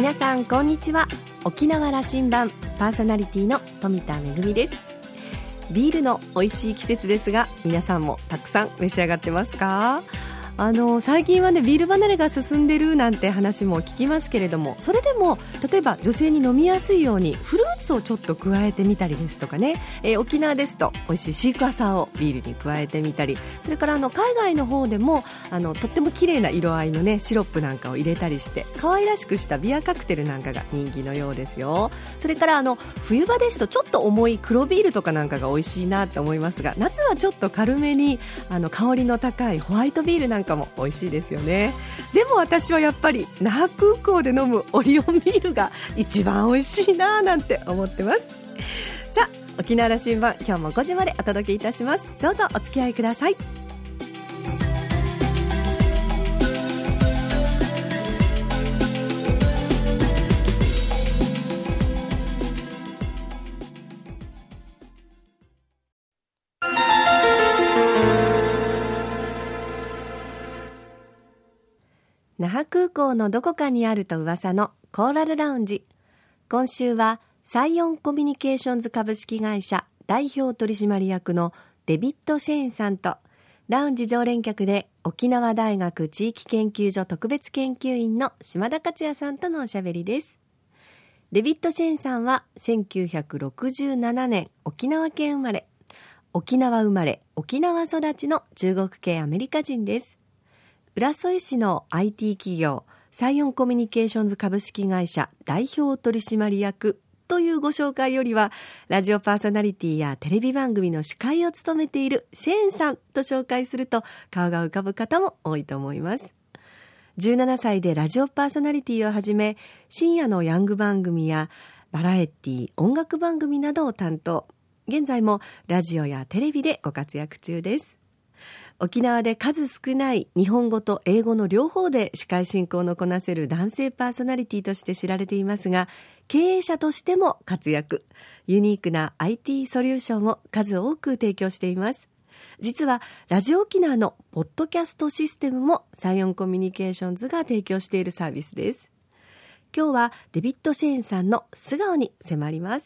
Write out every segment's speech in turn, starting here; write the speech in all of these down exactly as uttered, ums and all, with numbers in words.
皆さんこんにちは。沖縄羅針盤パーソナリティの富田恵です。ビールの美味しい季節ですが、皆さんもたくさん召し上がってますか？あの最近はね、ビール離れが進んでるなんて話も聞きますけれども、それでも例えば女性に飲みやすいようにフルーツをちょっと加えてみたりですとかね、えー、沖縄ですと美味しいシークワーサーをビールに加えてみたり、それからあの海外の方でもあのとっても綺麗な色合いのねシロップなんかを入れたりして可愛らしくしたビアカクテルなんかが人気のようですよ。それからあの冬場ですとちょっと重い黒ビールとかなんかが美味しいなと思いますが、夏はちょっと軽めにあの香りの高いホワイトビールなんかも美味しいですよね。でも私はやっぱり那覇空港で飲むオリオンビールが一番美味しいななんて思ってます。さあ、沖縄羅針盤今日もごじまでお届けいたします。どうぞお付き合いください。那覇空港のどこかにあると噂のコーラルラウンジ。今週はサイオンコミュニケーションズ株式会社代表取締役のデビッド・シェーンさんと、ラウンジ常連客で沖縄大学地域研究所特別研究員の島田克也さんとのおしゃべりです。デビッド・シェーンさんはせんきゅうひゃくろくじゅうななねん沖縄県生まれ、沖縄生まれ沖縄育ちの中国系アメリカ人です。浦添市の アイティー 企業サイオンコミュニケーションズ株式会社代表取締役というご紹介よりは、ラジオパーソナリティやテレビ番組の司会を務めているシェーンさんと紹介すると顔が浮かぶ方も多いと思います。じゅうななさいでラジオパーソナリティをはじめ、深夜のヤング番組やバラエティ、音楽番組などを担当。現在もラジオやテレビでご活躍中です。沖縄で数少ない日本語と英語の両方で司会進行のこなせる男性パーソナリティとして知られていますが、経営者としても活躍。ユニークな アイティー ソリューションを数多く提供しています。実はラジオ沖縄のポッドキャストシステムもサイオンコミュニケーションズが提供しているサービスです。今日はデビッド・シェーンさんの素顔に迫ります。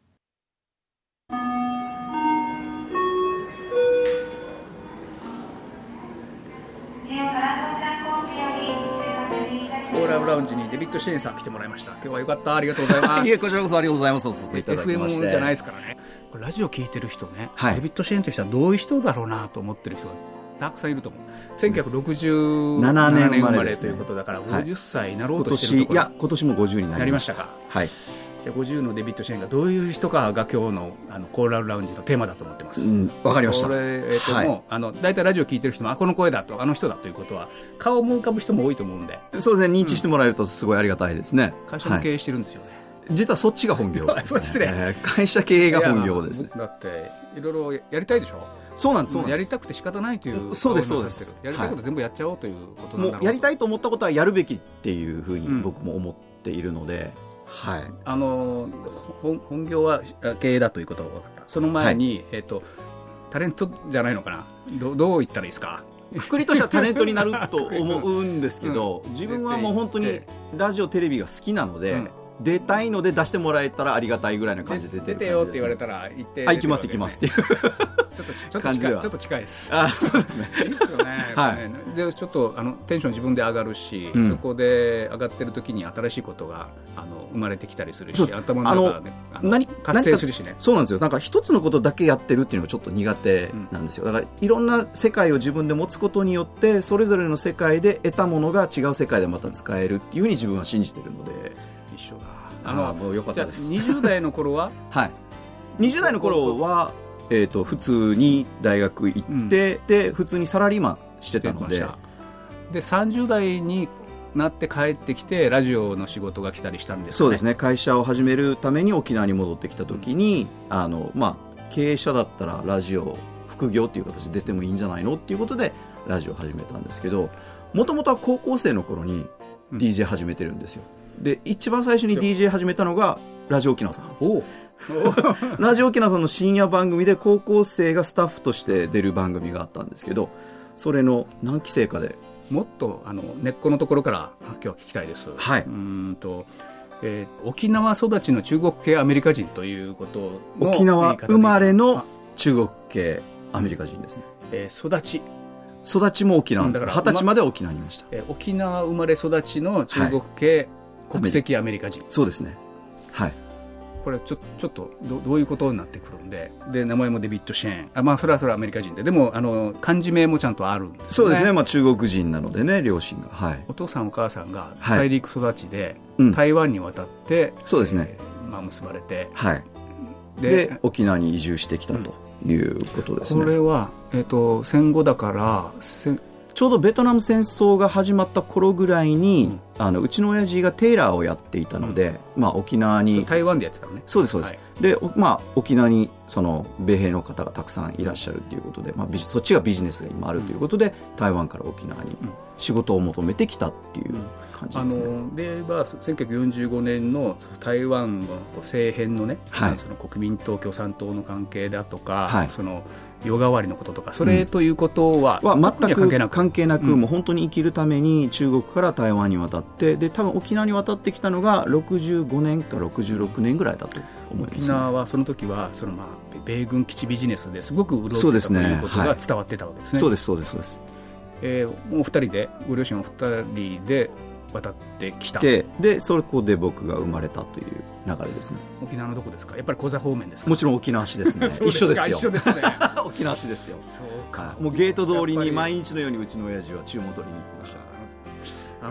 コーラルラウンジにデビッド・シェーンさん来てもらいました。今日はよかった、ありがとうございます。 いえ、こちらこそありがとうございます。お誘いいただきまして。 エフエム じゃないですからね。これラジオ聞いてる人ね、 はい、 デビッド・シェーンという人はどういう人だろうなと思ってる人がたくさんいると思う。せんきゅうひゃくろくじゅうななねん生まれということだから、ごじゅっさいになろうとしてるところ、 はい、いや今年もごじゅうになりました。 なりましたか。 はい。 じゃあごじゅうのデビッド・シェーンがどういう人かが今日 の, あのコーラルラウンジのテーマだと思ってます。 うん、わかりました。 これ、えーとはい、もうあのだいたいラジオ聞いてる人もあこの声だとあの人だということは顔を浮かぶ人も多いと思うんで、 そうですね、認知してもらえるとすごいありがたいですね。 うん、会社も経営してるんですよね。 はい、実はそっちが本業です、ね、 失礼、 えー、会社経営が本業ですね。 だっていろいろやりたいでしょ。 そうなんです。 やりたくて仕方ないという。 そうですそうです。 やりたいこと全部やっちゃおうということなんだろう。 もうやりたいと思ったことはやるべきっていうふうに僕も思っているので、うん、はい、 あの 本, 本業は経営だということが分かった。その前に、はい、えーと、タレントじゃないのかな。 ど, どう言ったらいいですか。 くくりとしてはタレントになると思うんですけど、うん、自分はもう本当にラジオテレビが好きなので、うん、出たいので出してもらえたらありがたいぐらいな感じで出てる感じです、ね、出てよって言われたら行って、ね、あ行きます行きますっていうちょっと感じではちょっと近いです。 あ、そうですね。いいですよね。はい、でちょっとあのテンション自分で上がるし、うん、そこで上がってる時に新しいことがあの生まれてきたりするし、頭の中が、ね、あの何活性するしね。 そうなんですよ。なんか一つのことだけやってるっていうのがちょっと苦手なんですよ。だからいろんな世界を自分で持つことによってそれぞれの世界で得たものが違う世界でまた使えるっていうふうに自分は信じてるので。 一緒だ。 あのもう良かったです。 にじゅう代の頃ははい。にじゅう代の頃はえー、と普通に大学行って、うん、で普通にサラリーマンしてたので、 でさんじゅう代になって帰ってきてラジオの仕事が来たりしたんですね。 そうですね。会社を始めるために沖縄に戻ってきた時に、うん、あのまあ、経営者だったらラジオ副業っていう形で出てもいいんじゃないのっていうことでラジオを始めたんですけど、もともとは高校生の頃に ディージェー 始めてるんですよ。うん、で一番最初に ディージェー 始めたのがラジオ沖縄さんなんですよ。ラジオ沖縄さんの深夜番組で高校生がスタッフとして出る番組があったんですけど、それの何期生かでもっとあの根っこのところから今日は聞きたいです。 はい、 うんとえー、沖縄育ちの中国系アメリカ人ということの沖縄生まれの中国系アメリカ人ですね。 えー、育ち育ちも沖縄です。二十歳まで沖縄にいました。 えー、沖縄生まれ育ちの中国系、はい、国籍アメリカ人。 そうですね。はい。 これちょ、ちょっと ど, どういうことになってくるんで、で名前もデビッド・シェーン、あ、まあ、それはそれはアメリカ人で、でもあの漢字名もちゃんとあるんですね。 そうですね、まあ、中国人なのでね、両親が、はい、 お父さんお母さんが大陸育ちで、 はい、 台湾に渡って、 うん、そうですね、 えーまあ、結ばれて、 はい、で, で沖縄に移住してきたということですね。 これは、えーと、戦後だからちょうどベトナム戦争が始まった頃ぐらいに、うん、あのうちの親父がテイラーをやっていたので、うん、まあ、沖縄に台湾でやってたのね。 そうですそうです、はい、で、まあ、沖縄にその米兵の方がたくさんいらっしゃるということで、まあ、そっちがビジネスが今あるということで、うん、台湾から沖縄に仕事を求めてきたっていう感じですね。うん、 あのではせんきゅうひゃくよんじゅうごねんの台湾の政変のね、はい、その国民党共産党の関係だとか、はい、その夜変わりのこととか、それということは、 うん、は全く関係なく、関係なく、うん、もう本当に生きるために中国から台湾に渡って、で多分沖縄に渡ってきたのがろくじゅうごねんかろくじゅうろくねんぐらいだと思います、ね、 沖縄はその時はその、まあ、米軍基地ビジネスですごく潤っていたということが伝わってたわけですね。 そうですそうですそうです。 えー、もうふたりで、ご両親お二人で渡ってきた。 で, でそこで僕が生まれたという流れですね。 沖縄のどこですか？やっぱりコザ方面ですか？ もちろん沖縄市ですね。一緒ですよ。 一緒ですね。 沖縄市ですよ。 そうか。 もうゲート通りに毎日のようにうちの親父は注文取りに行ってました。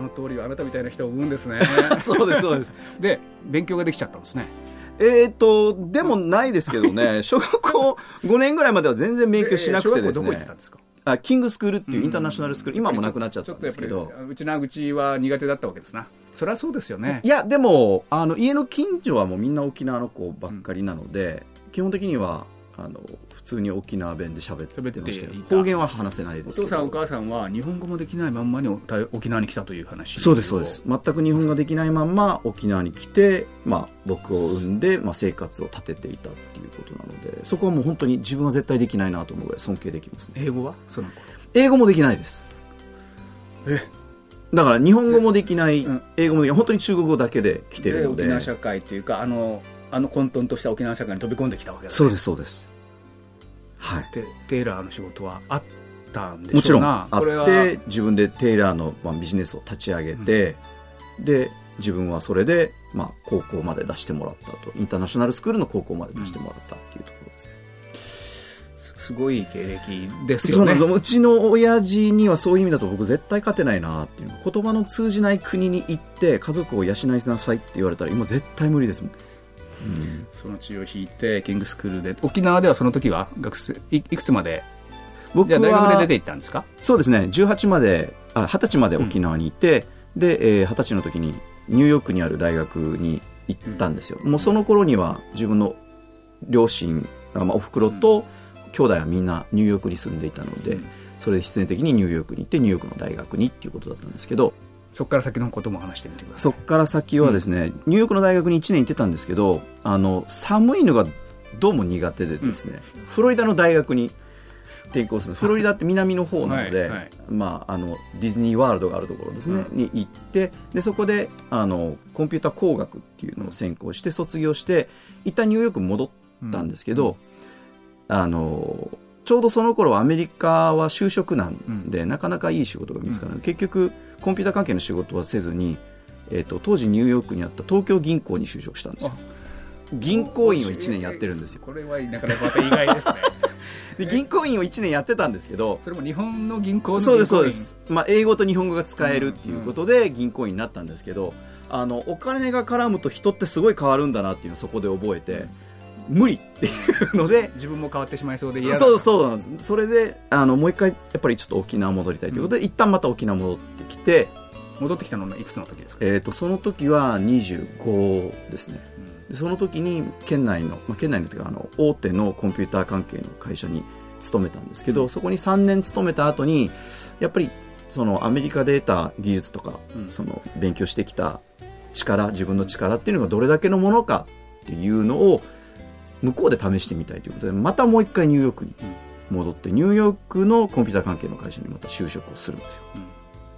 あの通りはあなたみたいな人を生むんですね。 そうですそうです。 で勉強ができちゃったんですね。 えーとでもないですけどね。小学校ごねんぐらいまでは全然勉強しなくてですね。 小学校どこ行ってたんですか？ あ、キングスクールっていうインターナショナルスクール、うん、今もなくなっちゃったんですけど、 うちな口は苦手だったわけですな。そりゃそうですよね。 いやでもあの家の近所はもうみんな沖縄の子ばっかりなので、うん、基本的にはあの普通に沖縄弁で喋ってましたよ。方言は話せないですけど。 お父さんお母さんは日本語もできないまんまに沖縄に来たという話。 そうですそうです。全く日本語ができないまんま沖縄に来て、まあ、僕を産んで、まあ、生活を立てていたっていうことなので、そこはもう本当に自分は絶対できないなと思うぐらい尊敬できますね。 英語はその頃英語もできないです。 えだから日本語もできない、うん、英語もできない、本当に中国語だけで来てるので、 沖縄社会っていうかあのあの混沌とした沖縄社会に飛び込んできたわけですね。 そうですそうです、はい、 でテイラーの仕事はあったんでしょうな。 もちろんあって自分でテイラーの、まあ、ビジネスを立ち上げて、うん、で自分はそれで、まあ、高校まで出してもらったと、インターナショナルスクールの高校まで出してもらったっていうところですよ、 うん、すごい経歴ですよね。 そうなんです。うちの親父にはそういう意味だと僕絶対勝てないなっていう、言葉の通じない国に行って家族を養いなさいって言われたら今絶対無理ですもん。うん、 その血を引いてキングスクールで、沖縄ではその時は学生 い, いくつまで僕はじゃあ大学で出て行ったんですか？ そうですね、じゅうはちまであはたちまで沖縄にいて、うん、で、えー、はたちの時にニューヨークにある大学に行ったんですよ、うん、もうその頃には自分の両親、まあ、おふくろと兄弟はみんなニューヨークに住んでいたので、うん、それで必然的にニューヨークに行ってニューヨークの大学にっていうことだったんですけど、 そこから先のことも話してみてください。 そこから先はですね、うん、ニューヨークの大学にいちねん行ってたんですけど、あの寒いのがどうも苦手でですね、うん、フロリダの大学に転校する。フロリダって南の方なので、はいはい、まあ、あのディズニーワールドがあるところですね、うん、に行って、でそこであのコンピュータ工学っていうのを専攻して卒業して一旦ニューヨークに戻ったんですけど、うん、あのちょうどその頃はアメリカは就職なんで、うん、なかなかいい仕事が見つからない、うん、結局コンピュータ関係の仕事はせずに、えーと、当時ニューヨークにあった東京銀行に就職したんですよ。銀行員をいちねんやってるんですよ。 これはなかなかまた意外ですね。 で銀行員をいちねんやってたんですけど、 それも日本の銀行の銀行員。 そうですそうです、まあ、英語と日本語が使えるっていうことで銀行員になったんですけど、あのお金が絡むと人ってすごい変わるんだなっていうのをそこで覚えて、無理っていうので自分も変わってしまいそうで嫌だ。 そうそうなんです。それであのもう一回やっぱりちょっと沖縄戻りたいということで、うん、一旦また沖縄戻ってきて。 戻ってきたのはいくつの時ですか？ えーと、その時はにじゅうごですね、うん、でその時に県内の、まあ、県内のというかあの大手のコンピューター関係の会社に勤めたんですけど、うん、そこにさんねん勤めた後にやっぱりそのアメリカで得た技術とか、うん、その勉強してきた力、自分の力っていうのがどれだけのものかっていうのを向こうで試してみたいということで、またもう一回ニューヨークに戻って、ニューヨークのコンピューター関係の会社にまた就職をするんですよ、うん、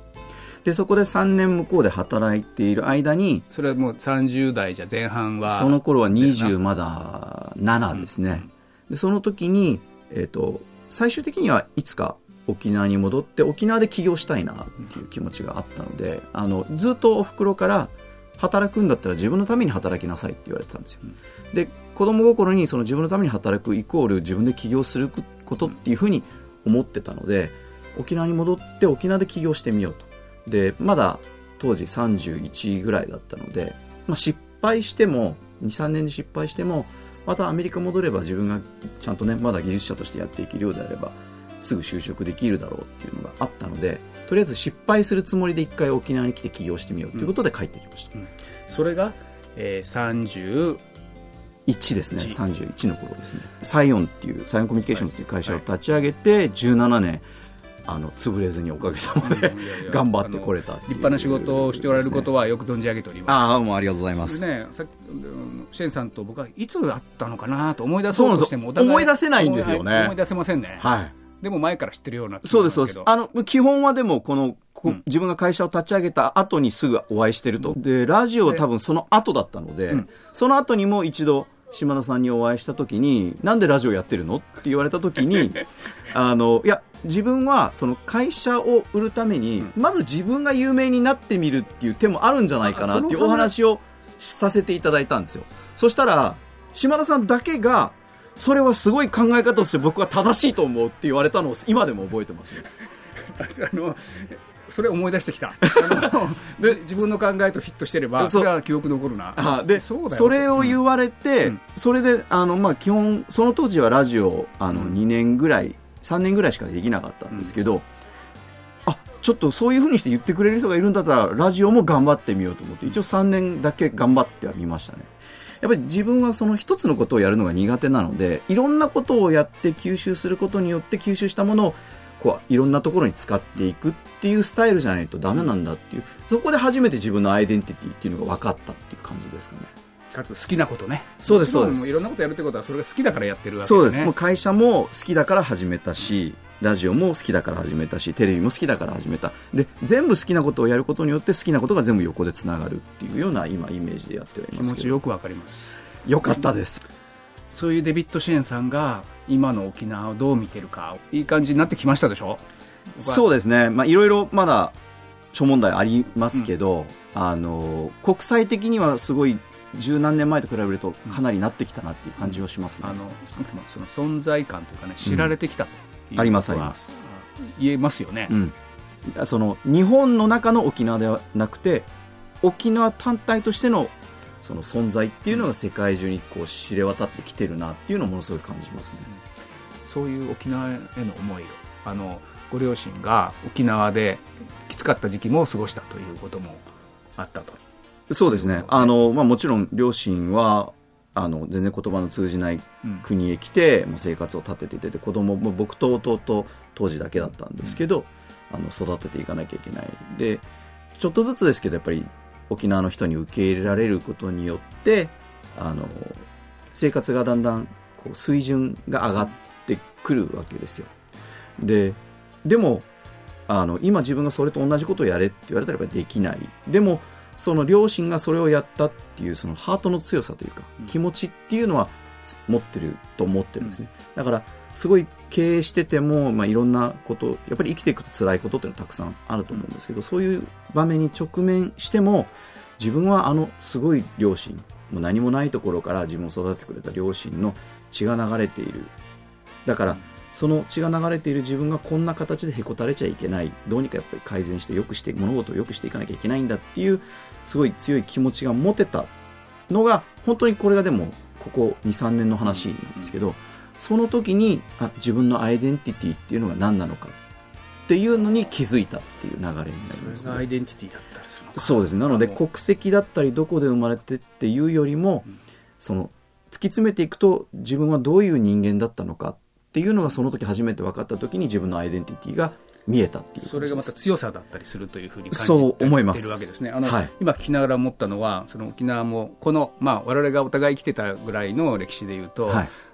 でそこでさんねん向こうで働いている間に、 それはもうさんじゅう代じゃ前半は、 その頃はにじゅうまだななですね、うんうん、でその時に、えーと、最終的にはいつか沖縄に戻って沖縄で起業したいなっていう気持ちがあったので、あのずっとお袋から働くんだったら自分のために働きなさいって言われてたんですよ。で子供心にその自分のために働くイコール自分で起業することっていうふうに思ってたので、沖縄に戻って沖縄で起業してみようと。でまだ当時さんじゅういちぐらいだったので、まあ、失敗しても にさんねんで失敗してもまたアメリカ戻れば自分がちゃんとねまだ技術者としてやっていけるようであればすぐ就職できるだろうっていうのがあったので、とりあえず失敗するつもりで一回沖縄に来て起業してみようということで帰ってきました、うんうん、 それが、えー、さんじゅういちですね。さんじゅういちの頃ですね。サイオンっていうサイオンコミュニケーションズっていう会社を立ち上げてじゅうななねんあの潰れずにおかげさまで頑張ってこれたっていう、 立派な仕事をしておられることはよく存じ上げております。 ああ、もうありがとうございます。 ね、さっきシェンさんと僕はいつあったのかなと思い出そうとしてもお互い思い出せないんですよね。 思い出せませんね。 はい。 でも前から知ってるような。 そうですそうです。あの基本はでもこのこ、うん、自分が会社を立ち上げた後にすぐお会いしてると。でラジオは多分その後だったので、うん、その後にも一度島田さんにお会いした時に、なんでラジオやってるのって言われた時にあのいや自分はその会社を売るために、うん、まず自分が有名になってみるっていう手もあるんじゃないかなっていうお話をさせていただいたんですよ。そしたら島田さんだけがそれはすごい考え方として僕は正しいと思うって言われたのを今でも覚えてますねあのそれ思い出してきたで自分の考えとフィットしてればそれは記憶残るな。 あで そ, それを言われて、うん、それであの、まあ、基本その当時はラジオあのにねんぐらいさんねんぐらいしかできなかったんですけど、うん、あちょっとそういう風にして言ってくれる人がいるんだったらラジオも頑張ってみようと思って一応さんねんだけ頑張ってはみましたね。やっぱり自分はその一つのことをやるのが苦手なので、いろんなことをやって吸収することによって吸収したものをこういろんなところに使っていくっていうスタイルじゃないとダメなんだっていう、そこで初めて自分のアイデンティティっていうのが分かったっていう感じですかね。 かつ好きなことね。 そうですそうです。 いろんなことやるってことはそれが好きだからやってるわけですね。そうです。もう会社も好きだから始めたし、ラジオも好きだから始めたし、テレビも好きだから始めた。で全部好きなことをやることによって好きなことが全部横でつながるっていうような今イメージでやっておりますけど。 気持ちよくわかります。 よかったです。 そういうデビッド・シェーンさんが今の沖縄をどう見てるかいい感じになってきましたでしょ。 そうですね、まあ、いろいろまだ諸問題ありますけど、うん、あの国際的にはすごい十何年前と比べるとかなりなってきたなっていう感じはしますね、うん、あのその存在感というかね知られてきたという、 うん、ありますあります言えますよね、 うん、その日本の中の沖縄ではなくて沖縄単体としてのその存在っていうのが世界中にこう知れ渡ってきてるなっていうのをものすごい感じますね、 うん、そういう沖縄への思いをあのご両親が沖縄できつかった時期も過ごしたということもあったと。 そうですね、あの、まあ、もちろん両親はあの全然言葉の通じない国へ来て、うん、生活を立てていて、子供も僕と弟当時だけだったんですけど、うん、あの育てていかなきゃいけないで、ちょっとずつですけどやっぱり沖縄の人に受け入れられることによってあの生活がだんだんこう水準が上がってくるわけですよ。ででもあの今自分がそれと同じことをやれって言われたらやっぱりできない。でもその両親がそれをやったっていうそのハートの強さというか、うん、気持ちっていうのは持ってると思ってるんですね、うん、だからすごい経営してても、まあ、いろんなことやっぱり生きていくと辛いことっていうのはたくさんあると思うんですけど、うん、そういう場面に直面しても自分はあのすごい両親もう何もないところから自分を育ててくれた両親の血が流れている。だから、うん、その血が流れている自分がこんな形でへこたれちゃいけない、どうにかやっぱり改善して良くして物事を良くしていかなきゃいけないんだっていうすごい強い気持ちが持てたのが本当にこれがでもここ にさんねんの話なんですけど、その時にあ自分のアイデンティティっていうのが何なのかっていうのに気づいたっていう流れになります、ね、 それがアイデンティティだったりするのか。 そうですね。なので国籍だったりどこで生まれてっていうよりも、うん、その突き詰めていくと自分はどういう人間だったのかっていうのがその時初めて分かった時に自分のアイデンティティが見えたっていう。 それがまた強さだったりするというふうに感じてそう思いますいるわけですね。あの、はい、今聞きながら思ったのはその沖縄もこの、まあ、我々がお互い生きてたぐらいの歴史でいうと、はい、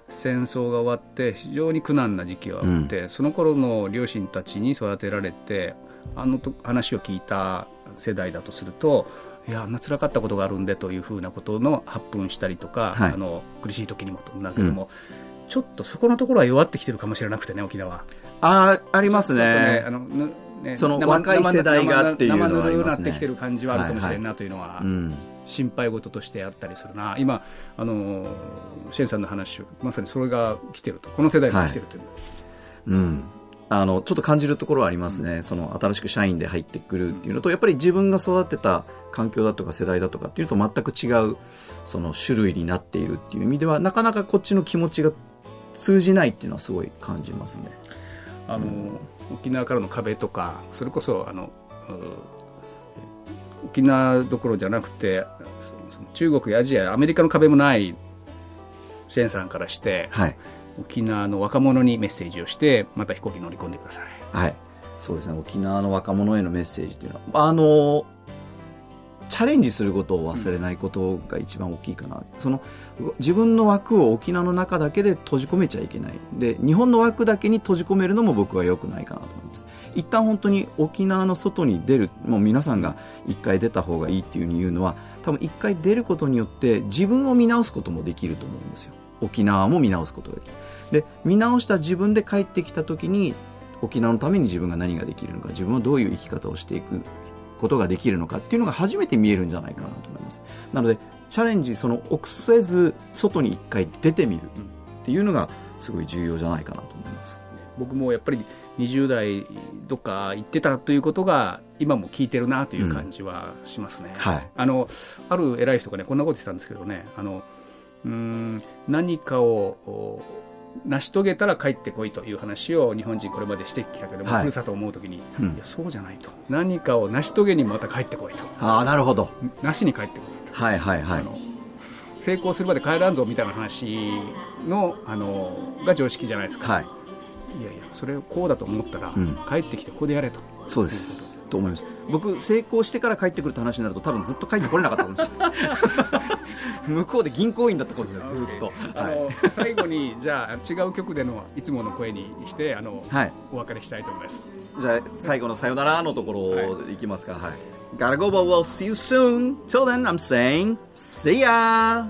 戦争が終わって非常に苦難な時期があって、うん、その頃の両親たちに育てられてあのと話を聞いた世代だとすると、いやあんな辛かったことがあるんでというふうなことの発奮したりとか、はい、あの苦しい時にもだけども、うん、ちょっとそこのところは弱ってきてるかもしれなくてね、沖縄あありますね。 ねあのねその若い世代がっていうのはありますね。 生ぬるくなってきてる感じはあるかもしれんなというのは、はいはいうん、心配事としてあったりするな。今あのシェンさんの話まさにそれが来てると、この世代が来てるという、はいうんあのちょっと感じるところはありますね、うん、その新しく社員で入ってくるっていうのと、やっぱり自分が育てた環境だとか世代だとかっていうと全く違うその種類になっているっていう意味では、なかなかこっちの気持ちが通じないっていうのはすごい感じますね。 あの、うん、沖縄からの壁とか、それこそあの沖縄どころじゃなくて中国やアジアアメリカの壁もないシェンさんからして、はい、沖縄の若者にメッセージをしてまた飛行機に乗り込んでください。 はい、そうですね。沖縄の若者へのメッセージというのはあのチャレンジすることを忘れないことが一番大きいかな、うん、その自分の枠を沖縄の中だけで閉じ込めちゃいけないで、日本の枠だけに閉じ込めるのも僕は良くないかなと思います。一旦本当に沖縄の外に出る、もう皆さんが一回出た方がいいっていうふうに言うのは、多分一回出ることによって自分を見直すこともできると思うんですよ。沖縄も見直すことができる。で見直した自分で帰ってきた時に沖縄のために自分が何ができるのか、自分はどういう生き方をしていくことができるのかっていうのが初めて見えるんじゃないかなと思います。なのでチャレンジ、その臆せず外に一回出てみるっていうのがすごい重要じゃないかなと思います。 僕もやっぱりにじゅう代どっか行ってたということが今も効いてるなという感じはしますね、うんはい、あのある偉い人がねこんなこと言ってたんですけどね、あのうーん何かを成し遂げたら帰ってこいという話を日本人これまでしてきたけども、はい、ふるさとを思うときに、うん、いやそうじゃないと、何かを成し遂げにまた帰ってこいと。 ああなるほど。 なしに帰ってこいと、 はいはいはい、 あの成功するまで帰らんぞみたいな話 の, あのが常識じゃないですか、はい、いやいやそれをこうだと思ったら、うん、帰ってきてここでやれと。 そうですと思います。僕成功してから帰ってくるって話になると多分ずっと帰ってこれなかったかもしれない向こうで銀行員だったかもしれないずっと、 あの、はい、最後にじゃあ違う曲でのいつもの声にしてあの、はい、お別れしたいと思います。 じゃあ最後のさよならのところをいきますか、はいはい、Gotta go but we'll see you soon. Till then I'm saying see ya.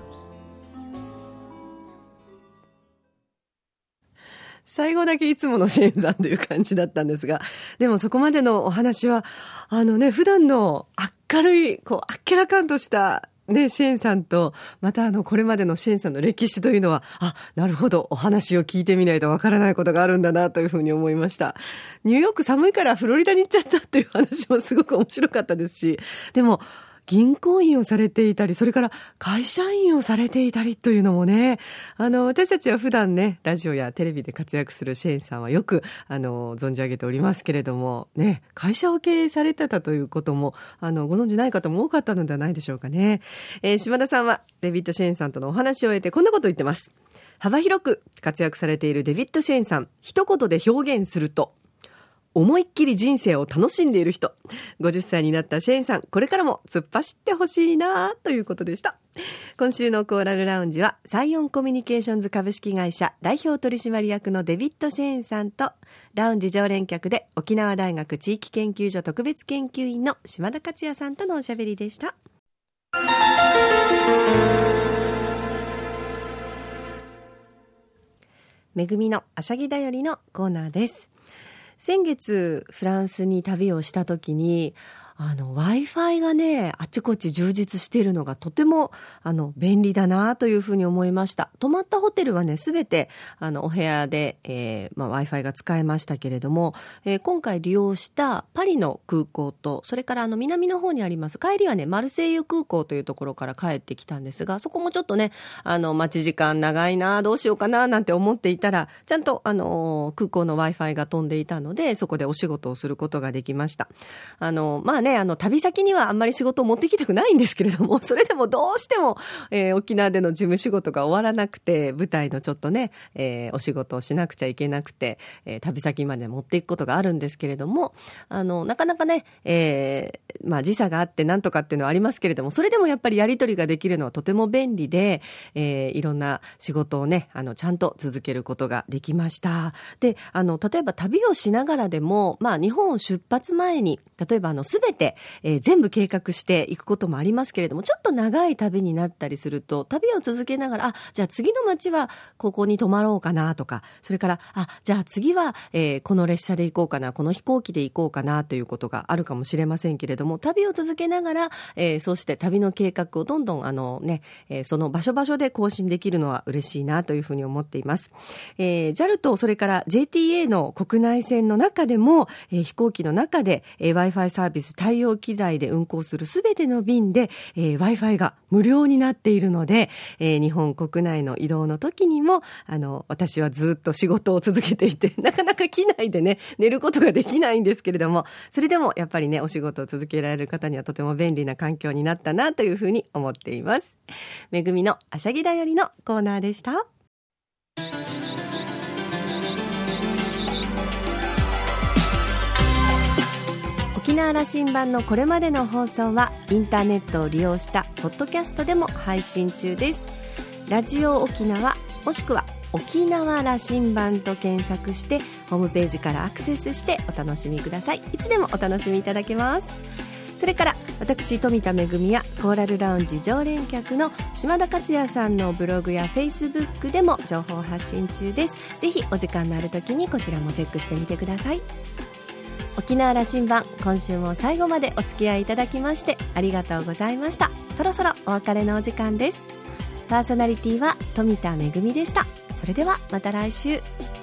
最後だけいつものシェーンさんという感じだったんですが、でもそこまでのお話はあのね、普段の明るいこうあっけらかんとしたね、シェーンさんとまたあのこれまでのシェーンさんの歴史というのは、あ、なるほど、お話を聞いてみないとわからないことがあるんだなというふうに思いました。ニューヨーク寒いからフロリダに行っちゃったっていう話もすごく面白かったですし、でも銀行員をされていたり、それから会社員をされていたりというのもね、あの私たちは普段ねラジオやテレビで活躍するシェーンさんはよくあの存じ上げておりますけれどもね、会社を経営されてたということもあのご存じない方も多かったのではないでしょうかね。えー、島田さんはデビッド・シェーンさんとのお話を終えてこんなことを言ってます。幅広く活躍されているデビッド・シェーンさん、一言で表現すると思いっきり人生を楽しんでいる人。ごじゅっさいになったシェーンさん、これからも突っ走ってほしいなということでした。今週のコーラルラウンジはサイオンコミュニケーションズ株式会社代表取締役のデビッド・シェーンさんと、ラウンジ常連客で沖縄大学地域研究所特別研究員の島田克也さんとのおしゃべりでした。めぐみのあしゃぎだよりのコーナーです。先月フランスに旅をした時にあの Wi-Fi がねあちこち充実しているのがとてもあの便利だなというふうに思いました。泊まったホテルはねすべてあのお部屋で、えーまあ、Wi-Fi が使えましたけれども、えー、今回利用したパリの空港とそれからあの南の方にあります帰りはねマルセイユ空港というところから帰ってきたんですが、そこもちょっとねあの待ち時間長いなどうしようかななんて思っていたらちゃんとあの空港の Wi-Fi が飛んでいたのでそこでお仕事をすることができました。あのまあねね、あの旅先にはあんまり仕事を持ってきたくないんですけれども、それでもどうしても、えー、沖縄での事務仕事が終わらなくて、舞台のちょっとね、えー、お仕事をしなくちゃいけなくて、えー、旅先まで持っていくことがあるんですけれども、あのなかなかね、えーまあ、時差があってなんとかっていうのはありますけれども、それでもやっぱりやり取りができるのはとても便利で、えー、いろんな仕事をね、あのちゃんと続けることができました。で、あの例えば旅をしながらでも、まあ、日本を出発前に例えばあの全て、えー、全部計画していくこともありますけれども、ちょっと長い旅になったりすると、旅を続けながら、あ、じゃあ次の街はここに泊まろうかなとか、それからあ、じゃあ次は、えー、この列車で行こうかな、この飛行機で行こうかなということがあるかもしれませんけれども、旅を続けながら、えー、そうして旅の計画をどんどんあの、ねえー、その場所場所で更新できるのは嬉しいなというふうに思っています。えー、ジャル とそれから ジェイティーエー の国内線の中でも、えー、飛行機の中で、えー、Wi-Fi サービス対応機材で運航するすべての便で、えー、Wi-Fi が無料になっているので、えー、日本国内の移動の時にもあの私はずっと仕事を続けていて、なかなか機内でね寝ることができないんですけれども、それでもやっぱりねお仕事を続けられる方にはとても便利な環境になったなというふうに思っています。めぐみのあしゃぎだよりのコーナーでした。沖縄羅針盤のこれまでの放送はインターネットを利用したポッドキャストでも配信中です。ラジオ沖縄もしくは沖縄羅針盤と検索してホームページからアクセスしてお楽しみください。いつでもお楽しみいただけます。それから私富田恵やコーラルラウンジ常連客の島田克也さんのブログやフェイスブックでも情報発信中です。ぜひお時間のある時にこちらもチェックしてみてください。沖縄羅針盤、今週も最後までお付き合いいただきましてありがとうございました。そろそろお別れのお時間です。パーソナリティは富田恵でした。それではまた来週。